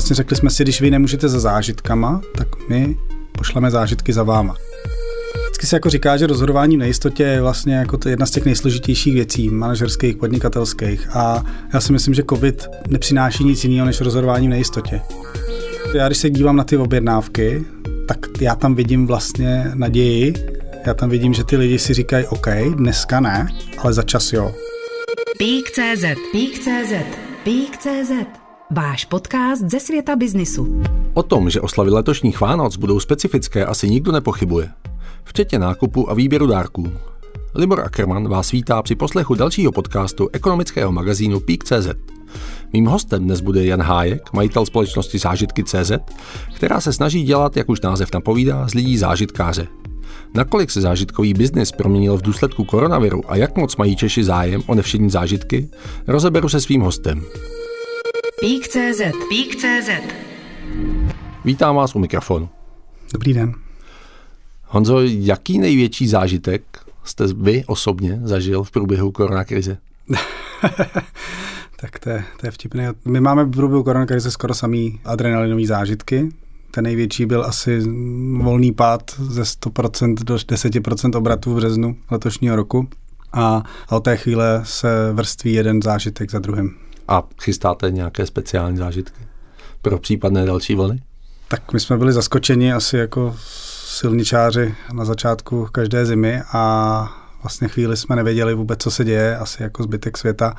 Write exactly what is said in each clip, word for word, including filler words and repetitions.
vlastně řekli jsme si, když vy nemůžete za zážitkama, tak my pošleme zážitky za váma. Vždycky se jako říká, že rozhodování v nejistotě je vlastně jako to jedna z těch nejsložitějších věcí, manažerských, podnikatelských. A já si myslím, že covid nepřináší nic jiného než rozhodování v nejistotě. Já když se dívám na ty objednávky, tak já tam vidím vlastně naději. Já tam vidím, že ty lidi si říkají, OK, dneska ne, ale za čas jo. Peak tečka cé zet, Peak tečka cé zet, Peak tečka cé zet. Váš podcast ze světa biznisu. O tom, že oslavy letošních Vánoc budou specifické, asi nikdo nepochybuje. Včetně nákupu a výběru dárků. Libor Ackermann vás vítá při poslechu dalšího podcastu ekonomického magazínu Peak tečka cé zet. Mým hostem dnes bude Jan Hájek, majitel společnosti Zážitky tečka cé zet, která se snaží dělat, jak už název napovídá, z lidí zážitkáře. Nakolik se zážitkový biznis proměnil v důsledku koronaviru a jak moc mají Češi zájem o nevšední zážitky, rozeberu se svým hostem. Peak tečka cé zet, Peak tečka cé zet. Vítám vás u mikrofonu. Dobrý den. Honzo, jaký největší zážitek jste vy osobně zažil v průběhu koronakrize? Tak to je, to je vtipné. My máme v průběhu koronakrize skoro samý adrenalinové zážitky. Ten největší byl asi volný pád ze sto procent do deset procent obratu v březnu letošního roku. A od té chvíle se vrství jeden zážitek za druhým. A chystáte nějaké speciální zážitky pro případné další vlny? Tak my jsme byli zaskočeni asi jako silničáři na začátku každé zimy a vlastně chvíli jsme nevěděli vůbec, co se děje, asi jako zbytek světa.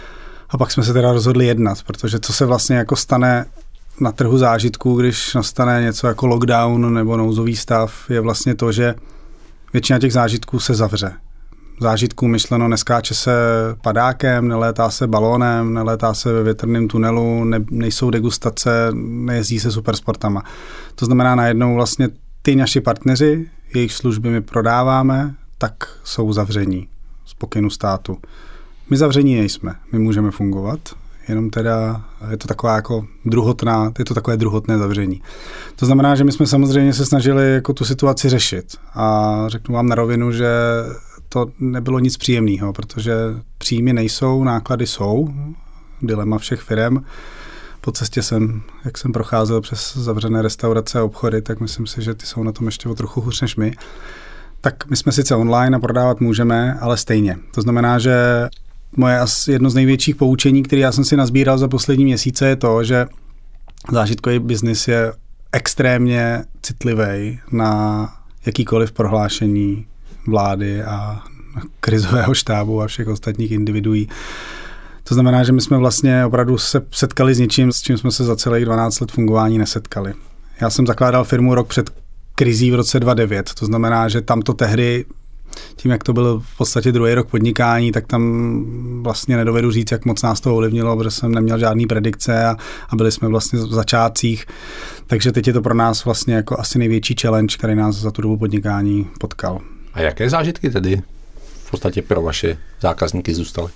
A pak jsme se teda rozhodli jednat, protože co se vlastně jako stane na trhu zážitků, když nastane něco jako lockdown nebo nouzový stav, je vlastně to, že většina těch zážitků se zavře. Zážitků myšleno, neskáče se padákem, nelétá se balónem, nelétá se ve větrném tunelu, ne, nejsou degustace, nejezdí se supersportama. To znamená najednou vlastně ty naši partneři, jejich služby my prodáváme, tak jsou zavření z pokynu státu. My zavření nejsme, my můžeme fungovat, jenom teda je to taková jako druhotná, je to takové druhotné zavření. To znamená, že my jsme samozřejmě se snažili jako tu situaci řešit a řeknu vám na rovinu, že to nebylo nic příjemného, protože příjmy nejsou, náklady jsou, dilema všech firem. Po cestě jsem, jak jsem procházel přes zavřené restaurace a obchody, tak myslím si, že ty jsou na tom ještě o trochu hůř než my. Tak my jsme sice online a prodávat můžeme, ale stejně. To znamená, že moje asi jedno z největších poučení, které já jsem si nazbíral za poslední měsíce, je to, že zážitkový biznis je extrémně citlivý na jakýkoliv prohlášení vlády a krizového štábu a všech ostatních individuí. To znamená, že my jsme vlastně opravdu se setkali s něčím, s čím jsme se za celých dvanáct let fungování nesetkali. Já jsem zakládal firmu rok před krizí v roce dva tisíce devět, to znamená, že tam to tehdy, tím, jak to byl v podstatě druhý rok podnikání, tak tam vlastně nedovedu říct, jak moc nás to ovlivnilo, protože jsem neměl žádný predikce a, a byli jsme vlastně v začátcích. Takže teď je to pro nás vlastně jako asi největší challenge, který nás za tu dobu podnikání potkal. A jaké zážitky tedy v podstatě pro vaše zákazníky zůstaly?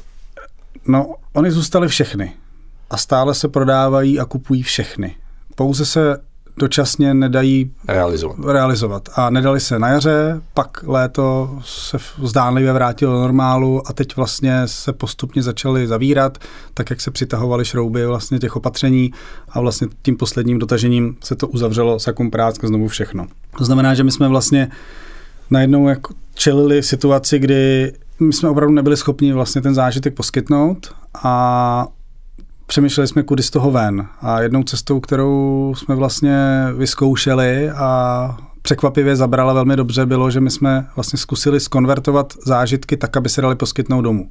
No, oni zůstaly všechny a stále se prodávají a kupují všechny. Pouze se dočasně nedají realizovat. realizovat. A nedali se na jaře, pak léto se zdánlivě vrátilo do normálu a teď vlastně se postupně začaly zavírat, tak jak se přitahovaly šrouby vlastně těch opatření a vlastně tím posledním dotažením se to uzavřelo sakum prásk znovu všechno. To znamená, že my jsme vlastně najednou jako čelili situaci, kdy my jsme opravdu nebyli schopni vlastně ten zážitek poskytnout a přemýšleli jsme, kudy z toho ven. A jednou cestou, kterou jsme vlastně vyzkoušeli a překvapivě zabrala velmi dobře, bylo, že my jsme vlastně zkusili skonvertovat zážitky tak, aby se dali poskytnout domů.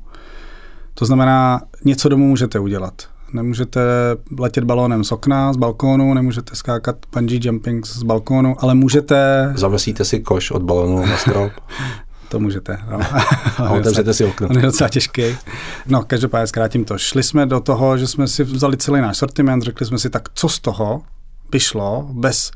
To znamená, něco domů můžete udělat. Nemůžete letět balónem z okna, z balkónu, nemůžete skákat bungee jumping z balkónu, ale můžete... Zavesíte si koš od balónu na strop. To můžete. No. A otevřete si okno. On je docela těžký. No, každopádně zkrátím to. Šli jsme do toho, že jsme si vzali celý náš sortiment, řekli jsme si, tak co z toho by šlo bez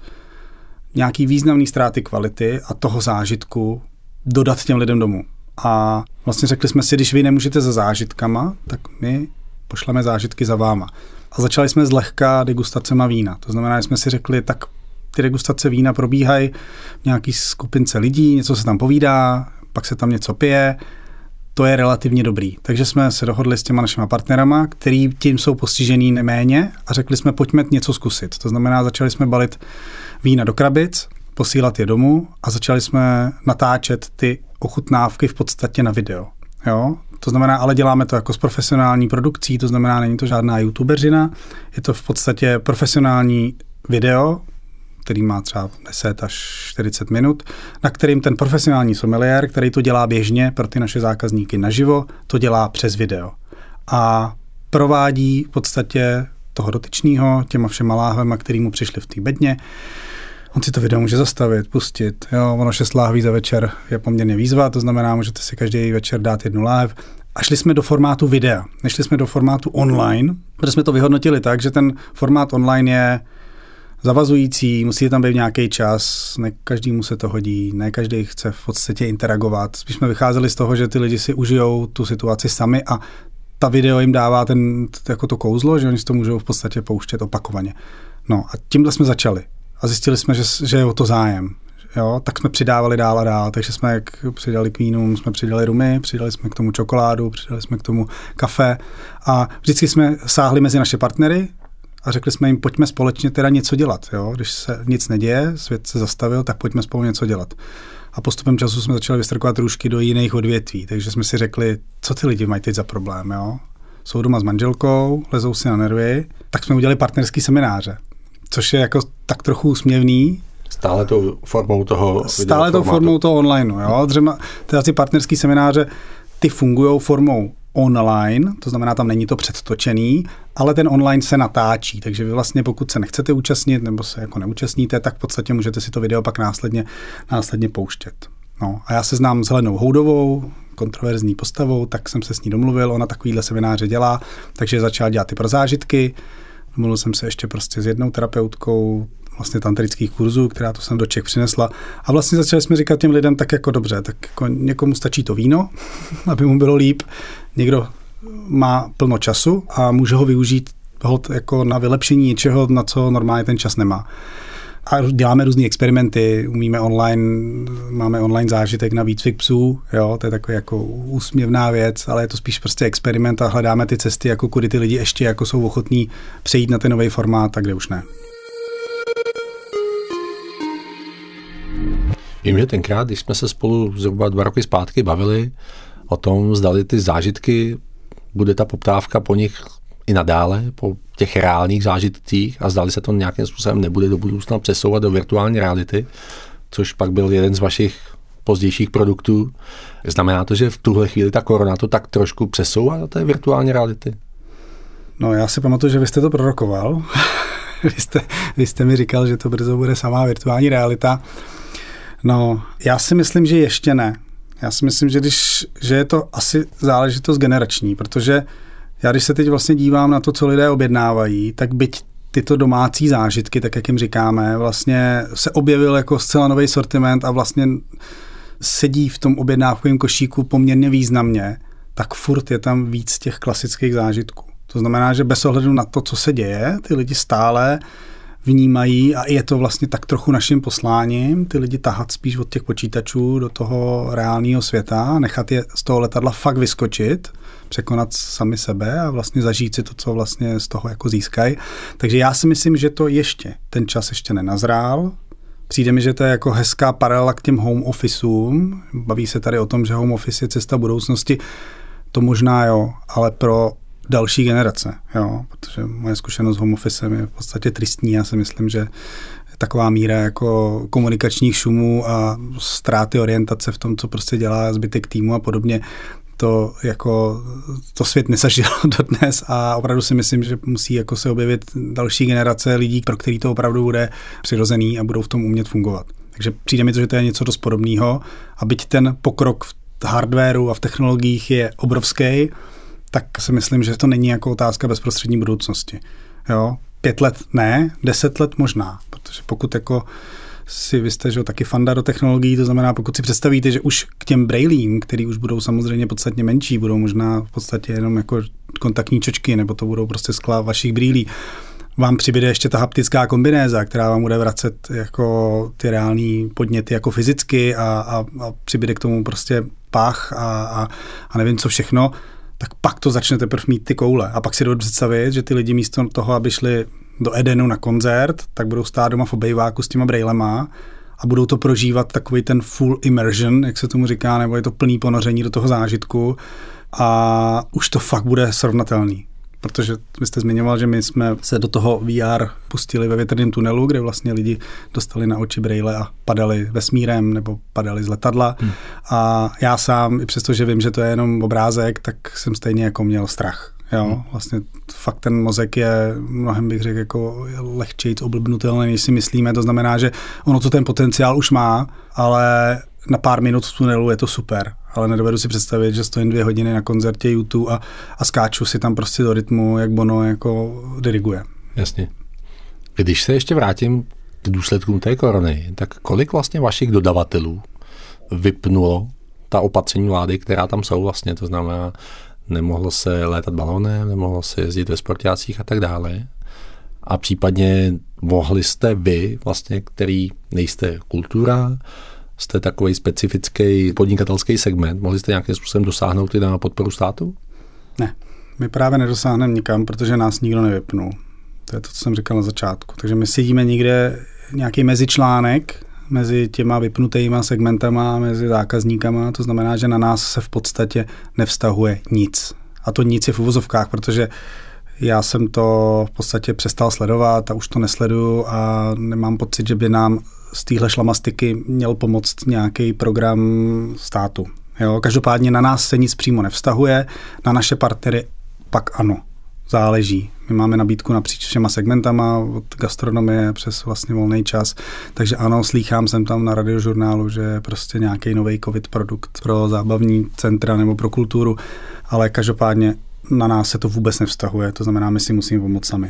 nějaký významný ztráty kvality a toho zážitku dodat těm lidem domů. A vlastně řekli jsme si, když vy nemůžete za zážitkama, tak my pošleme zážitky za váma. A začali jsme zlehka degustacema vína. To znamená, že jsme si řekli, tak ty degustace vína probíhají v nějaký skupince lidí, něco se tam povídá, pak se tam něco pije to je relativně dobrý. Takže jsme se dohodli s těma našima partnerama, který tím jsou postižený neméně a řekli jsme, pojďme něco zkusit. To znamená, začali jsme balit vína do krabic, posílat je domů a začali jsme natáčet ty ochutnávky v podstatě na video. Jo? To znamená, ale děláme to jako s profesionální produkcí, to znamená, není to žádná youtubeřina, je to v podstatě profesionální video, který má třeba deset až čtyřicet minut, na kterým ten profesionální sommelier, který to dělá běžně pro ty naše zákazníky naživo, to dělá přes video. A provádí v podstatě toho dotyčného těma všema láhvema, který mu přišli v té bedně. On si to video může zastavit, pustit. Jo, ono šest láhví za večer je poměrně výzva, to znamená, můžete si každý večer dát jednu láhev. A šli jsme do formátu videa, nešli jsme do formátu online, protože jsme to vyhodnotili tak, že ten formát online je zavazující, musí tam být nějaký čas, ne každému se to hodí, ne každý chce v podstatě interagovat. Spíš jsme vycházeli z toho, že ty lidi si užijou tu situaci sami a ta video jim dává ten, jako to kouzlo, že oni si to můžou v podstatě pouštět opakovaně. No a tímhle jsme začali a zjistili jsme, že, že je o to zájem. Jo, tak jsme přidávali dál a dál, takže jsme jak přidali k vínům, jsme přidali rumy, přidali jsme k tomu čokoládu, přidali jsme k tomu kafe a vždycky jsme sáhli mezi naše partnery a řekli jsme jim, pojďme společně teda něco dělat. Jo? Když se nic neděje, svět se zastavil, tak pojďme spolu něco dělat. A postupem času jsme začali vystrkovat růžky do jiných odvětví, takže jsme si řekli, co ty lidi mají teď za problém. Jo? Jsou doma s manželkou, lezou si na nervy, tak jsme udělali partnerský semináře, což je jako tak trochu úsměvný. Stále tou formou toho Stále tou formou toho online. Jo? Dřema, teda ty partnerský semináře, ty fungují formou online, to znamená, tam není to předtočený, ale ten online se natáčí, takže vy vlastně, pokud se nechcete účastnit nebo se jako neúčastníte, tak v podstatě můžete si to video pak následně, následně pouštět. No, a já se znám s Helenou Houdovou, kontroverzní postavou, tak jsem se s ní domluvil, ona takovýhle semináře dělá, takže začala dělat ty pro zážitky. Domluvil jsem se ještě prostě s jednou terapeutkou vlastně tantrických kurzů, která to jsem do Čech přinesla. A vlastně začali jsme říkat těm lidem tak jako dobře, tak jako někomu stačí to víno, aby mu bylo líp, někdo má plno času a může ho využít hod jako na vylepšení něčeho, na co normálně ten čas nemá. A děláme různý experimenty, umíme online, máme online zážitek na výcvik psů, jo, to je takový jako úsměvná věc, ale je to spíš prostě experiment a hledáme ty cesty, jako kudy ty lidi ještě jako jsou ochotní přejít na ten nový formát, tak kde už ne. Vím, že tenkrát, když jsme se spolu zhruba dva roky zpátky bavili o tom, zdali ty zážitky, bude ta poptávka po nich i nadále, po těch reálných zážitcích a zdali se to nějakým způsobem nebude do budoucna přesouvat do virtuální reality, což pak byl jeden z vašich pozdějších produktů. Znamená to, že v tuhle chvíli ta korona to tak trošku přesouvá do té virtuální reality? No já si pamatuju, že vy jste to prorokoval. vy, jste, vy jste mi říkal, že to brzo bude samá virtuální realita. No, já si myslím, že ještě ne. Já si myslím, že, když, že je to asi záležitost generační, protože já když se teď vlastně dívám na to, co lidé objednávají, tak byť tyto domácí zážitky, tak jak jim říkáme, vlastně se objevil jako zcela nový sortiment a vlastně sedí v tom objednávkovém košíku poměrně významně, tak furt je tam víc těch klasických zážitků. To znamená, že bez ohledu na to, co se děje, ty lidi stále vnímají a je to vlastně tak trochu naším posláním, ty lidi tahat spíš od těch počítačů do toho reálného světa, nechat je z toho letadla fakt vyskočit, překonat sami sebe a vlastně zažít si to, co vlastně z toho jako získají. Takže já si myslím, že to ještě, ten čas ještě nenazrál. Přijde mi, že to je jako hezká paralela k těm home officeům. Baví se tady o tom, že home office je cesta budoucnosti. To možná jo, ale pro další generace, jo, protože moje zkušenost s home officem je v podstatě tristní. Já si myslím, že taková míra jako komunikačních šumů a ztráty orientace v tom, co prostě dělá zbytek týmu a podobně, to jako to svět nezažil dodnes a opravdu si myslím, že musí jako se objevit další generace lidí, pro který to opravdu bude přirozený a budou v tom umět fungovat. Takže přijde mi to, že to je něco dost podobného a byť ten pokrok v hardwareu a v technologiích je obrovský, tak si myslím, že to není jako otázka bezprostřední budoucnosti. Jo? Pět let ne, deset let možná, protože pokud jako si vy jste, že taky fanda do technologií, to znamená, pokud si představíte, že už k těm brailím, který už budou samozřejmě podstatně menší, budou možná v podstatě jenom jako kontaktní čočky, nebo to budou prostě skla vašich brýlí, vám přibyde ještě ta haptická kombinéza, která vám bude vracet jako ty reální podněty jako fyzicky a, a, a přibyde k tomu prostě pach a, a, a nevím co všechno, tak pak to začne teprve mít ty koule. A pak si dovedu představit, že ty lidi místo toho, aby šli do Edenu na koncert, tak budou stát doma v obejváku s těma brejlema a budou to prožívat takový ten full immersion, jak se tomu říká, nebo je to plný ponoření do toho zážitku a už to fakt bude srovnatelný. Protože vy jste zmiňoval, že my jsme se do toho V R pustili ve větrném tunelu, kde vlastně lidi dostali na oči brejle a padali vesmírem nebo padali z letadla. Hmm. A já sám, i přesto, že vím, že to je jenom obrázek, tak jsem stejně jako měl strach. Jo? Hmm. Vlastně fakt ten mozek je mnohem, bych řekl, jako lehčejc oblbnutelný, než si myslíme. To znamená, že ono to ten potenciál už má, ale na pár minut v tunelu je to super. Ale nedovedu si představit, že stojím dvě hodiny na koncertě YouTube a, a skáču si tam prostě do rytmu, jak Bono jako diriguje. Jasně. Když se ještě vrátím k důsledkům té korony, tak kolik vlastně vašich dodavatelů vypnulo ta opatření vlády, která tam jsou vlastně, to znamená, nemohlo se létat balónem, nemohlo se jezdit ve sportácích a tak dále. A případně mohli jste vy, vlastně, který nejste kultura, jste takový specifický podnikatelský segment, mohli jste nějakým způsobem dosáhnout i na podporu státu? Ne, my právě nedosáhneme nikam, protože nás nikdo nevypnul. To je to, co jsem říkal na začátku. Takže my sedíme někde nějaký mezičlánek mezi těma vypnutýma segmentama, mezi zákazníkama, to znamená, že na nás se v podstatě nevztahuje nic. A to nic je v uvozovkách, protože já jsem to v podstatě přestal sledovat a už to nesleduju a nemám pocit, že by nám z téhle šlamastiky měl pomoct nějaký program státu. Jo? Každopádně na nás se nic přímo nevztahuje, na naše partnery pak ano, záleží. My máme nabídku napříč všema segmentama, od gastronomie přes vlastně volný čas, takže ano, slýchám jsem tam na radiožurnálu, že je prostě nějaký nový covid produkt pro zábavní centra nebo pro kulturu, ale každopádně na nás se to vůbec nevztahuje, to znamená, my si musíme pomoct sami.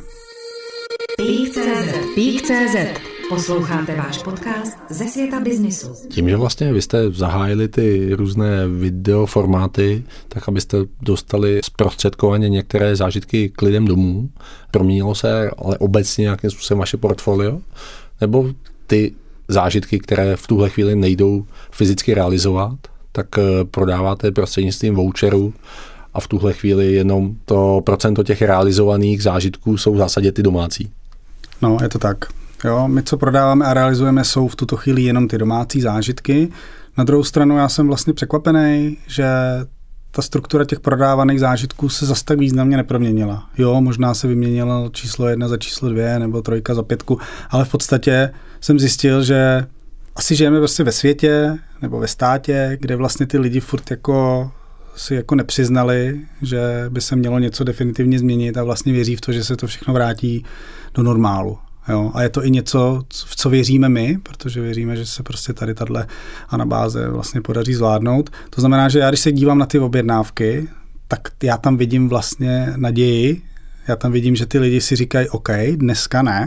Peak tečka cé zet. Posloucháte váš podcast ze světa biznisu. Tím, že vlastně vy jste zahájili ty různé videoformáty, tak abyste dostali zprostředkovaně některé zážitky k lidem domů, proměnilo se ale obecně nějakým způsobem vaše portfolio? Nebo ty zážitky, které v tuhle chvíli nejdou fyzicky realizovat, tak prodáváte prostřednictvím voucherů a v tuhle chvíli jenom to procento těch realizovaných zážitků jsou v zásadě ty domácí? No, je to tak. Jo, my, co prodáváme a realizujeme, jsou v tuto chvíli jenom ty domácí zážitky. Na druhou stranu já jsem vlastně překvapený, že ta struktura těch prodávaných zážitků se zas tak významně neproměnila. Jo, možná se vyměnilo číslo jedna za číslo dvě nebo trojka za pětku, ale v podstatě jsem zjistil, že asi žijeme prostě ve světě nebo ve státě, kde vlastně ty lidi furt jako si jako nepřiznali, že by se mělo něco definitivně změnit a vlastně věří v to, že se to všechno vrátí do normálu. Jo, a je to i něco, v co věříme my, protože věříme, že se prostě tady tahle anabáze vlastně podaří zvládnout. To znamená, že já když se dívám na ty objednávky, tak já tam vidím vlastně naději, já tam vidím, že ty lidi si říkají, OK, dneska ne,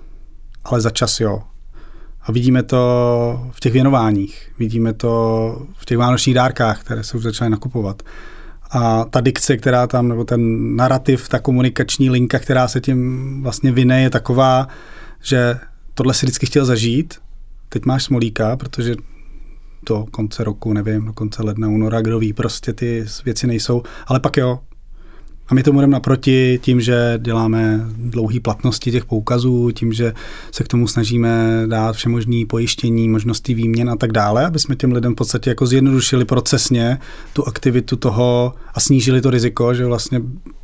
ale za čas jo. A vidíme to v těch věnováních, vidíme to v těch vánočních dárkách, které se už začaly nakupovat. A ta dikce, která tam, nebo ten narrativ, ta komunikační linka, která se tím vlastně vyne, je taková, že tohle si vždycky chtěl zažít, teď máš smolíka, protože do konce roku, nevím, do konce ledna, února, kdo ví, prostě ty věci nejsou, ale pak jo. A my tomu jdeme naproti tím, že děláme dlouhé platnosti těch poukazů, tím, že se k tomu snažíme dát všemožný pojištění, možnosti výměn a tak dále, aby jsme těm lidem v podstatě jako zjednodušili procesně tu aktivitu toho a snížili to riziko, že vlastně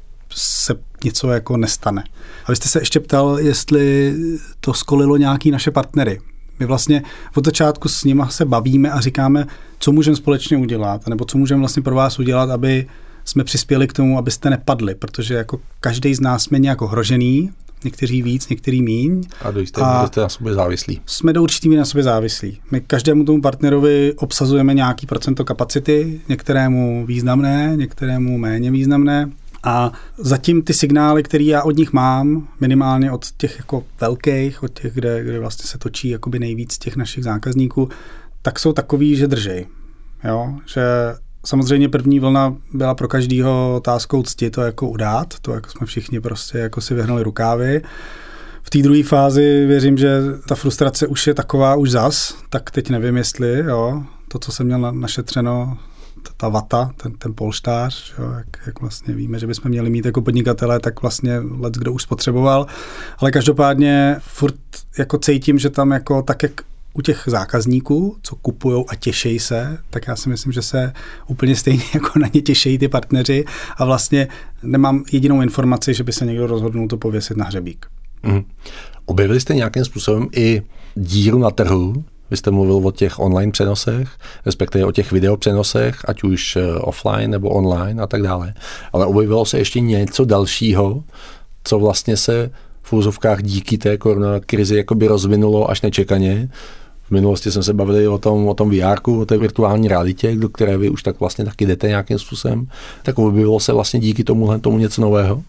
se něco jako nestane. A vy jste se ještě ptal, jestli to skolilo nějaký naše partnery. My vlastně od začátku s nima se bavíme a říkáme, co můžeme společně udělat, nebo co můžeme vlastně pro vás udělat, aby jsme přispěli k tomu, abyste nepadli, protože jako každý z nás jsme nějak ohrožený, někteří víc, někteří míň. A do jisté míry jste na sobě závislí. Jsme do určitý míry na sobě závislí. My každému tomu partnerovi obsazujeme nějaký procento kapacity, některému významné, některému méně významné. A zatím ty signály, které já od nich mám, minimálně od těch jako velkých, od těch, kde, kde vlastně se točí jakoby nejvíc těch našich zákazníků, tak jsou takový, že držej. Jo? Že Samozřejmě první vlna byla pro každýho otázkou cti to jako udát, to jako jsme všichni prostě jako si vyhnuli rukávy. V té druhé fázi věřím, že ta frustrace už je taková už zas, tak teď nevím, jestli jo, to, co jsem měl našetřeno, ta vata, ten, ten polštář, jo, jak, jak vlastně víme, že bychom měli mít jako podnikatelé, tak vlastně let, kdo už spotřeboval. Ale každopádně furt jako cítím, že tam jako tak, jak u těch zákazníků, co kupujou a těšejí se, tak já si myslím, že se úplně stejně jako na ně těšejí ty partneři a vlastně nemám jedinou informaci, že by se někdo rozhodnul to pověsit na hřebík. Mm. Objevili jste nějakým způsobem i díru na trhu? Vy jste mluvil o těch online přenosech, respektive o těch videopřenosech, ať už offline nebo online a tak dále. Ale objevilo se ještě něco dalšího, co vlastně se v úzovkách díky té koronakrizi jakoby rozvinulo až nečekaně. V minulosti jsme se bavili o tom, o tom V R ku, o té virtuální realitě, do které vy už tak vlastně taky jdete nějakým způsobem. Tak objevilo se vlastně díky tomuhle tomu něco nového?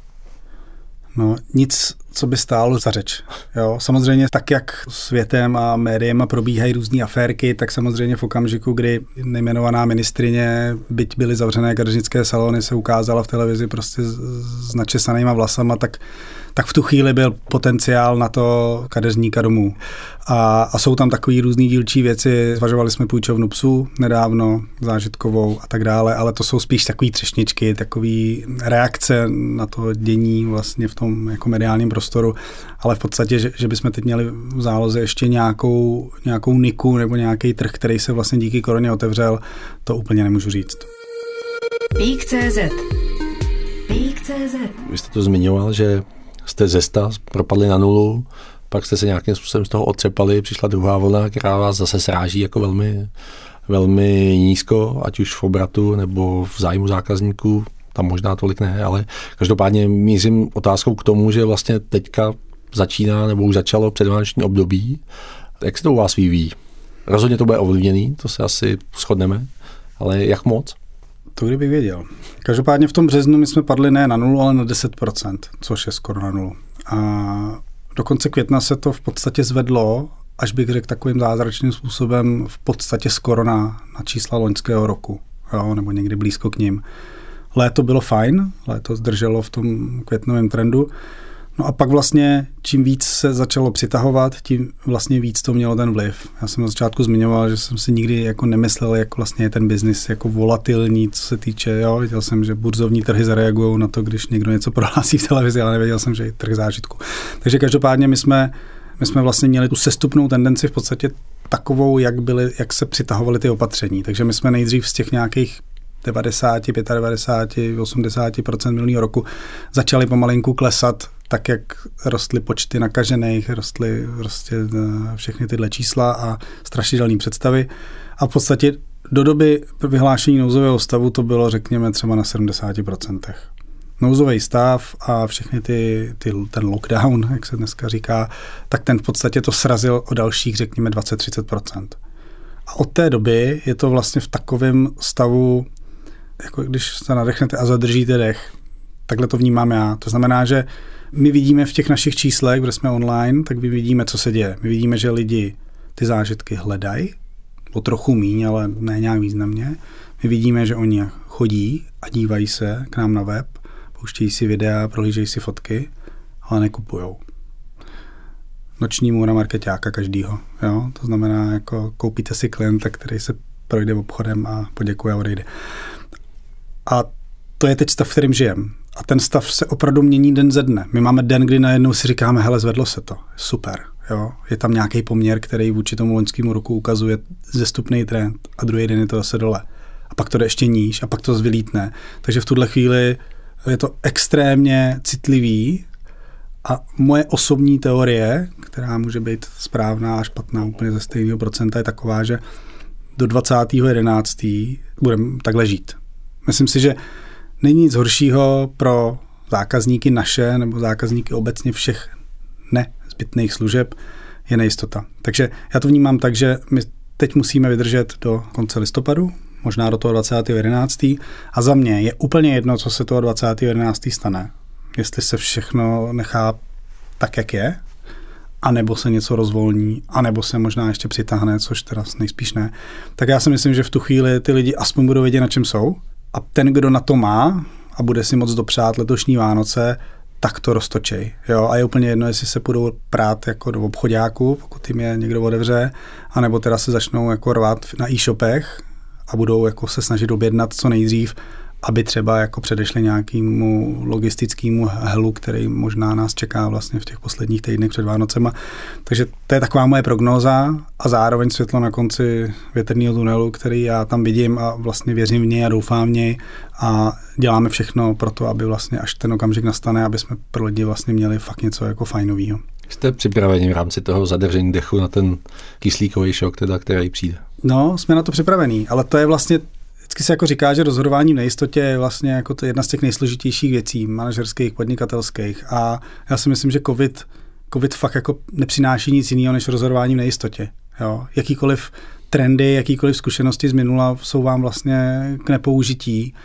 No, nic, co by stálo za řeč. Jo, samozřejmě tak, jak světem a médiema probíhají různé aférky, tak samozřejmě v okamžiku, kdy nejmenovaná ministrině, byť byly zavřené kadeřnické salony, se ukázala v televizi prostě s načesanýma vlasama, tak tak v tu chvíli byl potenciál na to kadeřníka domů. A, a jsou tam takový různý dílčí věci. Zvažovali jsme půjčovnu psů nedávno, zážitkovou a tak dále, ale to jsou spíš takový třešničky, takový reakce na to dění vlastně v tom jako mediálním prostoru, ale v podstatě, že, že bychom teď měli v záloze ještě nějakou, nějakou niku nebo nějaký trh, který se vlastně díky koroně otevřel, to úplně nemůžu říct. Peak tečka cé zet Peak tečka cé zet Vy jste to zmiňoval, že jste ze sta propadli na nulu, pak jste se nějakým způsobem z toho otřepali, přišla druhá vlna, která vás zase sráží jako velmi, velmi nízko, ať už v obratu nebo v zájmu zákazníků, tam možná tolik ne, ale každopádně mířím otázkou k tomu, že vlastně teďka začíná nebo už začalo předvánoční období. Jak se to u vás vyvíjí? Rozhodně to bude ovlivněný, to se asi shodneme, ale jak moc? To kdyby věděl. Každopádně v tom březnu my jsme padli ne na nulu, ale na deset procent, což je skoro na nulu. A do konce května se to v podstatě zvedlo, až bych řekl takovým zázračným způsobem, v podstatě skoro na, na čísla loňského roku, jo, nebo někdy blízko k ním. Léto bylo fajn, léto zdrželo v tom květnovém trendu. No a pak vlastně, čím víc se začalo přitahovat, tím vlastně víc to mělo ten vliv. Já jsem na začátku zmiňoval, že jsem si nikdy jako nemyslel, jak vlastně je ten biznis jako volatilní, co se týče, jo, viděl jsem, že burzovní trhy zareagují na to, když někdo něco prohlásí v televizi, ale nevěděl jsem, že je trh zážitku. Takže každopádně my jsme, my jsme vlastně měli tu sestupnou tendenci v podstatě takovou, jak, byly, jak se přitahovaly ty opatření. Takže my jsme nejdřív z těch nějakých devadesát, devadesát pět, osmdesát procent minulého roku začali pomalinku klesat, tak jak rostly počty nakažených, rostly prostě všechny tyhle čísla a strašidelné představy. A v podstatě do doby vyhlášení nouzového stavu to bylo, řekněme, třeba na sedmdesát procent. Nouzový stav a všechny ty, ty, ten lockdown, jak se dneska říká, tak ten v podstatě to srazil o dalších, řekněme, dvacet až třicet procent. A od té doby je to vlastně v takovém stavu, jako když se nadechnete a zadržíte dech, takhle to vnímám já. To znamená, že my vidíme v těch našich číslech, kde jsme online, tak my vidíme, co se děje. My vidíme, že lidi ty zážitky hledají, o trochu míň, ale ne nějak významně. My vidíme, že oni chodí a dívají se k nám na web, pouštějí si videa, prohlížejí si fotky, ale nekupujou. Noční můra markeťáka každýho. Jo? To znamená, jako koupíte si klienta, který se projde obchodem a poděkuje a odejde. A to je teď stav, v kterým žijeme. A ten stav se opravdu mění den ze dne. My máme den, kdy najednou si říkáme, hele, zvedlo se to. Super. Jo? Je tam nějaký poměr, který vůči tomu loňskému roku ukazuje zestupný trend a druhý den je to zase dole. A pak to jde ještě níž a pak to zvylítne. Takže v tuhle chvíli je to extrémně citlivý a moje osobní teorie, která může být správná a špatná úplně ze stejného procenta, je taková, že do dvacátého jedenáctého budeme takhle žít. Myslím si, že není nic horšího pro zákazníky naše nebo zákazníky obecně všech nezbytných služeb je nejistota. Takže já to vnímám tak, že my teď musíme vydržet do konce listopadu, možná do toho dvacátého jedenáctého a za mě je úplně jedno, co se toho dvacátého jedenáctého stane. Jestli se všechno nechá tak, jak je, anebo se něco rozvolní, anebo se možná ještě přitáhne, což teda nejspíš ne. Tak já si myslím, že v tu chvíli ty lidi aspoň budou vědět, na čem jsou. A ten, kdo na to má a bude si moc dopřát letošní Vánoce, tak to roztočej. Jo? A je úplně jedno, jestli se budou prát jako do obchodáku, pokud jim je někdo otevře, anebo teda se začnou jako rvat na e-shopech a budou jako se snažit objednat co nejdřív, aby třeba jako předešli nějakému logistickému helu, který možná nás čeká vlastně v těch posledních týdnech před Vánocema. Takže to je taková moje prognóza a zároveň světlo na konci větrného tunelu, který já tam vidím a vlastně věřím v něj a doufám v něj a děláme všechno pro to, aby vlastně až ten okamžik nastane, aby jsme pro lidi vlastně měli fakt něco jako fajnovýho. Jste připraveni v rámci toho zadržení dechu na ten kyslíkový šok, teda, který přijde? No, jsme na to připravení, ale to je vlastně vždycky se jako říká, že rozhodování v nejistotě je vlastně jako to jedna z těch nejsložitějších věcí, manažerských, podnikatelských. A já si myslím, že COVID, COVID fakt jako nepřináší nic jiného než rozhodování v nejistotě. Jo? Jakýkoliv trendy, jakýkoliv zkušenosti z minula jsou vám vlastně k nepoužití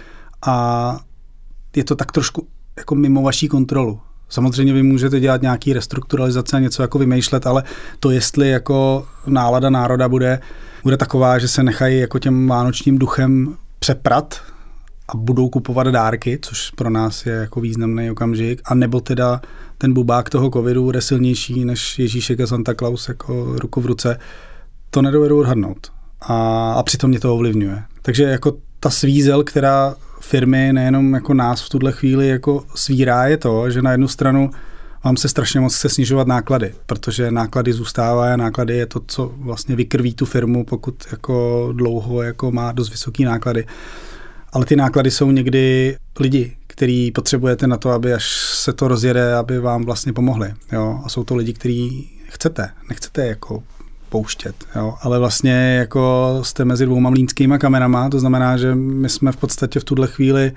a je to tak trošku jako mimo vaší kontrolu. Samozřejmě vy můžete dělat nějaký restrukturalizace a něco jako vymýšlet, ale to, jestli jako nálada národa bude bude taková, že se nechají jako těm vánočním duchem přeprat a budou kupovat dárky, což pro nás je jako významný okamžik, a nebo teda ten bubák toho covidu bude silnější než Ježíšek a Santa Claus jako ruku v ruce, to nedovedu odhadnout. A, a přitom mě to ovlivňuje. Takže jako ta svízel, která firmy, nejenom jako nás v tuhle chvíli jako svírá, je to, že na jednu stranu vám se strašně moc chce snižovat náklady, protože náklady zůstávají a náklady je to, co vlastně vykrví tu firmu, pokud jako dlouho jako má dost vysoké náklady. Ale ty náklady jsou někdy lidi, který potřebujete na to, aby až se to rozjede, aby vám vlastně pomohli. Jo? A jsou to lidi, který chcete, nechcete jako pouštět. Jo? Ale vlastně jako jste mezi dvouma mlýnskýma kamenama, to znamená, že my jsme v podstatě v tuhle chvíli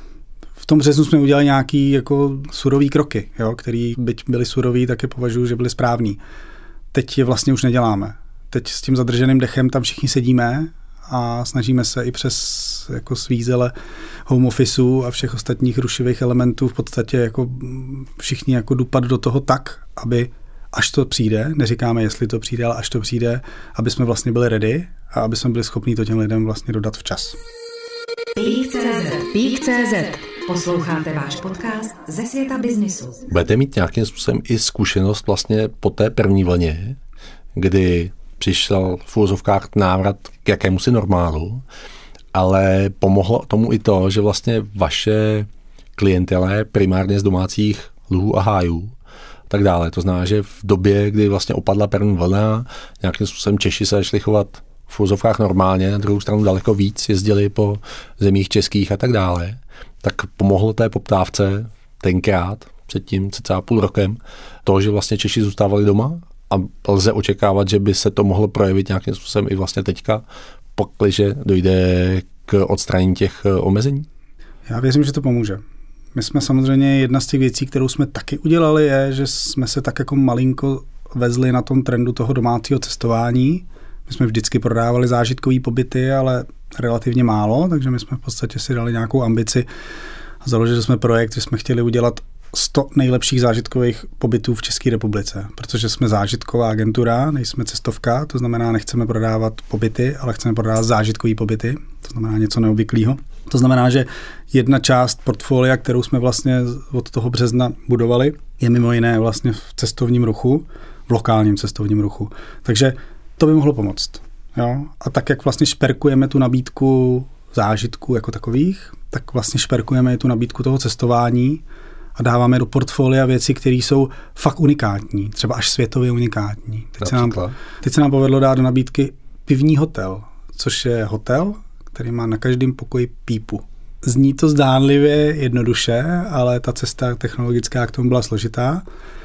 v tom březnu jsme udělali nějaký jako surový kroky, jo, který byť byly surový, tak je považuji, že byly správný. Teď je vlastně už neděláme. Teď s tím zadrženým dechem tam všichni sedíme a snažíme se i přes jako svízele home officeu a všech ostatních rušivých elementů v podstatě jako všichni jako dupat do toho tak, aby až to přijde, neříkáme, jestli to přijde, ale až to přijde, aby jsme vlastně byli ready a aby jsme byli schopni to těm lidem vlastně dodat včas. Pík tečka cé zet. Pík tečka cé zet. Posloucháte váš podcast ze světa biznisu. Budete mít nějakým způsobem i zkušenost vlastně po té první vlně, kdy přišel v úvozovkách návrat k jakémusi normálu, ale pomohlo tomu i to, že vlastně vaše klientele primárně z domácích luhů a hájů tak dále. To znamená, že v době, kdy vlastně opadla první vlna, nějakým způsobem Češi se začali chovat v úvozovkách normálně, na druhou stranu daleko víc jezdili po zemích českých a tak dále, tak pomohlo té poptávce tenkrát, před tím cca půl rokem, to, že vlastně Češi zůstávali doma a lze očekávat, že by se to mohlo projevit nějakým způsobem i vlastně teďka, pakliže dojde k odstranění těch omezení? Já věřím, že to pomůže. My jsme samozřejmě, jedna z těch věcí, kterou jsme taky udělali, je, že jsme se tak jako malinko vezli na tom trendu toho domácího cestování. My jsme vždycky prodávali zážitkový pobyty, ale relativně málo, takže my jsme v podstatě si dali nějakou ambici a založili jsme projekt, že jsme chtěli udělat sto nejlepších zážitkových pobytů v České republice, protože jsme zážitková agentura, nejsme cestovka, to znamená, nechceme prodávat pobyty, ale chceme prodávat zážitkový pobyty, to znamená něco neobvyklého. To znamená, že jedna část portfolia, kterou jsme vlastně od toho března budovali, je mimo jiné vlastně v cestovním ruchu, v lokálním cestovním ruchu. Takže to by mohlo pomoct. Jo? A tak, jak vlastně šperkujeme tu nabídku zážitků jako takových, tak vlastně šperkujeme i tu nabídku toho cestování a dáváme do portfolia věci, které jsou fakt unikátní, třeba až světově unikátní. Teď se, nám, teď se nám povedlo dát do nabídky pivní hotel, což je hotel, který má na každém pokoji pípu. Zní to zdánlivě jednoduše, ale ta cesta technologická k tomu byla složitá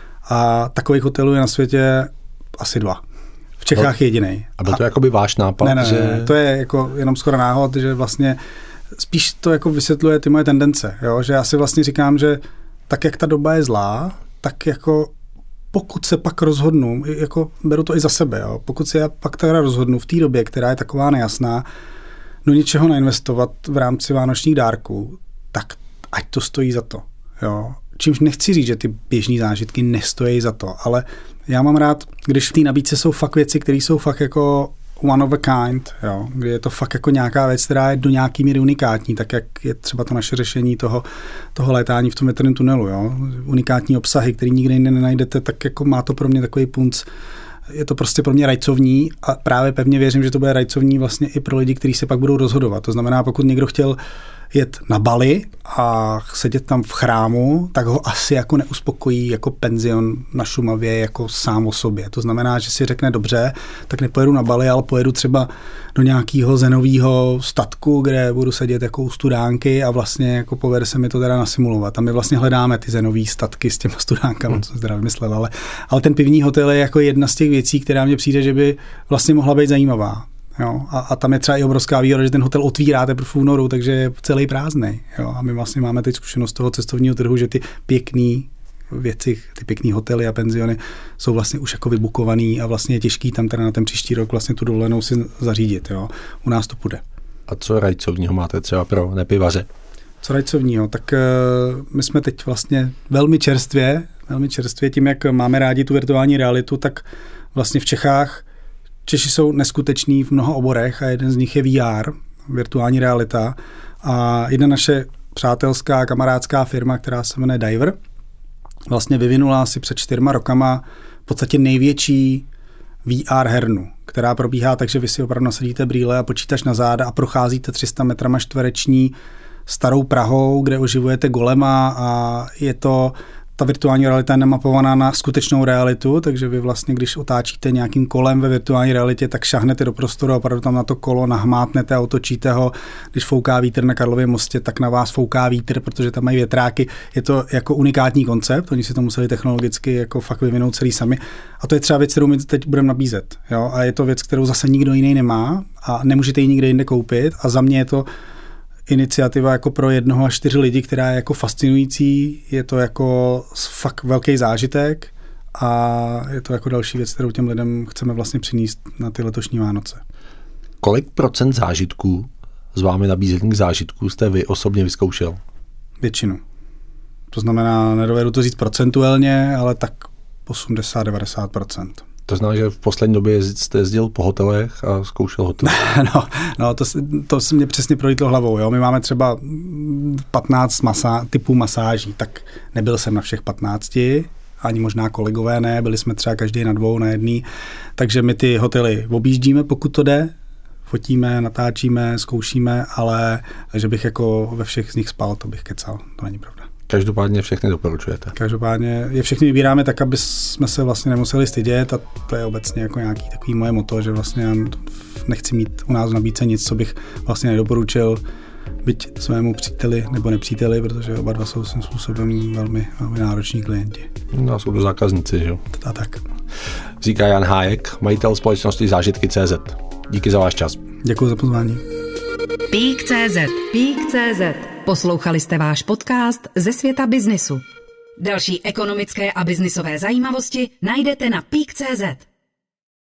a takových hotelů je na světě asi dva. V Čechách jedinej. A byl to jakoby váš nápad? Ne, ne, že... ne, to je jako jenom skoro náhod, že vlastně spíš to jako vysvětluje ty moje tendence, jo? Že já si vlastně říkám, že tak, jak ta doba je zlá, tak jako pokud se pak rozhodnu, jako beru to i za sebe, jo? Pokud se já pak teda rozhodnu v té době, která je taková nejasná, do ničeho nainvestovat v rámci vánočních dárků, tak ať to stojí za to. Jo? čímž nechci říct, že ty běžný zážitky nestojí za to, ale já mám rád, když v té nabídce jsou fakt věci, které jsou fakt jako one of a kind, jo, kdy je to fakt jako nějaká věc, která je do nějaký míry unikátní, tak jak je třeba to naše řešení toho, toho létání v tom větrném tunelu, jo. Unikátní obsahy, který nikde jinde nenajdete, tak jako má to pro mě takový punc. Je to prostě pro mě rajcovní a právě pevně věřím, že to bude rajcovní vlastně i pro lidi, kteří se pak budou rozhodovat. To znamená, pokud někdo chtěl jet na Bali a sedět tam v chrámu, tak ho asi jako neuspokojí jako penzion na Šumavě jako sám o sobě. To znamená, že si řekne dobře, tak nepojedu na Bali, ale pojedu třeba do nějakého zenového statku, kde budu sedět jako u studánky a vlastně jako povede se mi to teda nasimulovat. A my vlastně hledáme ty zenové statky s těma studánkama, hmm. co jsem teda vymyslel, ale, ale ten pivní hotel je jako jedna z těch věcí, která mně přijde, že by vlastně mohla být zajímavá. Jo, a, a tam je třeba i obrovská výhoda, že ten hotel otvírá teprve v únoru, takže je celý prázdnej. Jo, a my vlastně máme teď zkušenost toho cestovního trhu, že ty pěkný věci, ty pěkný hotely a penziony jsou vlastně už jako vybukovaný a vlastně je těžký tam teda na ten příští rok vlastně tu dovolenou si zařídit. Jo. U nás to půjde. A co rajcovního máte třeba pro nepivaře? Co rajcovního? Tak uh, my jsme teď vlastně velmi čerstvě, velmi čerstvě tím, jak máme rádi tu virtuální realitu, tak vlastně v Čechách Češi jsou neskuteční v mnoha oborech a jeden z nich je V R, virtuální realita. A jedna naše přátelská kamarádská firma, která se jmenuje Diver, vlastně vyvinula asi před čtyřma rokama v podstatě největší V R hernu, která probíhá tak, že vy si opravdu nasadíte brýle a počítač na záda a procházíte tři sta metrama čtvereční starou Prahou, kde oživujete golema a je to... Ta virtuální realita je namapovaná na skutečnou realitu, takže vy vlastně, když otáčíte nějakým kolem ve virtuální realitě, tak šahnete do prostoru a opravdu tam na to kolo nahmátnete a otočíte ho. Když fouká vítr na Karlově mostě, tak na vás fouká vítr, protože tam mají větráky. Je to jako unikátní koncept, oni si to museli technologicky jako fakt vyvinout celý sami. A to je třeba věc, kterou my teď budeme nabízet. Jo? A je to věc, kterou zase nikdo jiný nemá a nemůžete ji nikde jinde koupit. A za mě je to iniciativa jako pro jednoho až čtyři lidi, která je jako fascinující, je to jako fakt velký zážitek a je to jako další věc, kterou těm lidem chceme vlastně přinést na ty letošní Vánoce. Kolik procent zážitků z vámi nabízených zážitků jste vy osobně vyzkoušel? Většinu. To znamená, nedovedu to říct procentuálně, ale tak osmdesát až devadesát procent. To znamená, že v poslední době jste jezdil po hotelech a zkoušel hotel? no, no to, to se mě přesně prolítlo hlavou. Jo. My máme třeba patnáct masá, typů masáží, tak nebyl jsem na všech patnácti, ani možná kolegové ne, byli jsme třeba každý na dvou, na jedný, takže my ty hotely objíždíme, pokud to jde, fotíme, natáčíme, zkoušíme, ale že bych jako ve všech z nich spal, to bych kecal, to není pravda. Každopádně všechny doporučujete. Každopádně je všechny vybíráme tak, aby jsme se vlastně nemuseli stydět a to je obecně jako nějaký takový moje motto, že vlastně nechci mít u nás v nabídce nic, co bych vlastně nedoporučil byť svému příteli nebo nepříteli, protože oba dva jsou svým způsobem velmi, velmi nároční klienti. No, jsou to zákazníci, že jo? A tak. Říká Jan Hájek, majitel společnosti Zážitky tečka cé zet. Díky za váš čas. Děkuji za pozvání. Peak tečka cé zet. Peak tečka cé zet. Poslouchali jste váš podcast ze světa biznisu. Další ekonomické a biznisové zajímavosti najdete na Peak tečka cé zet.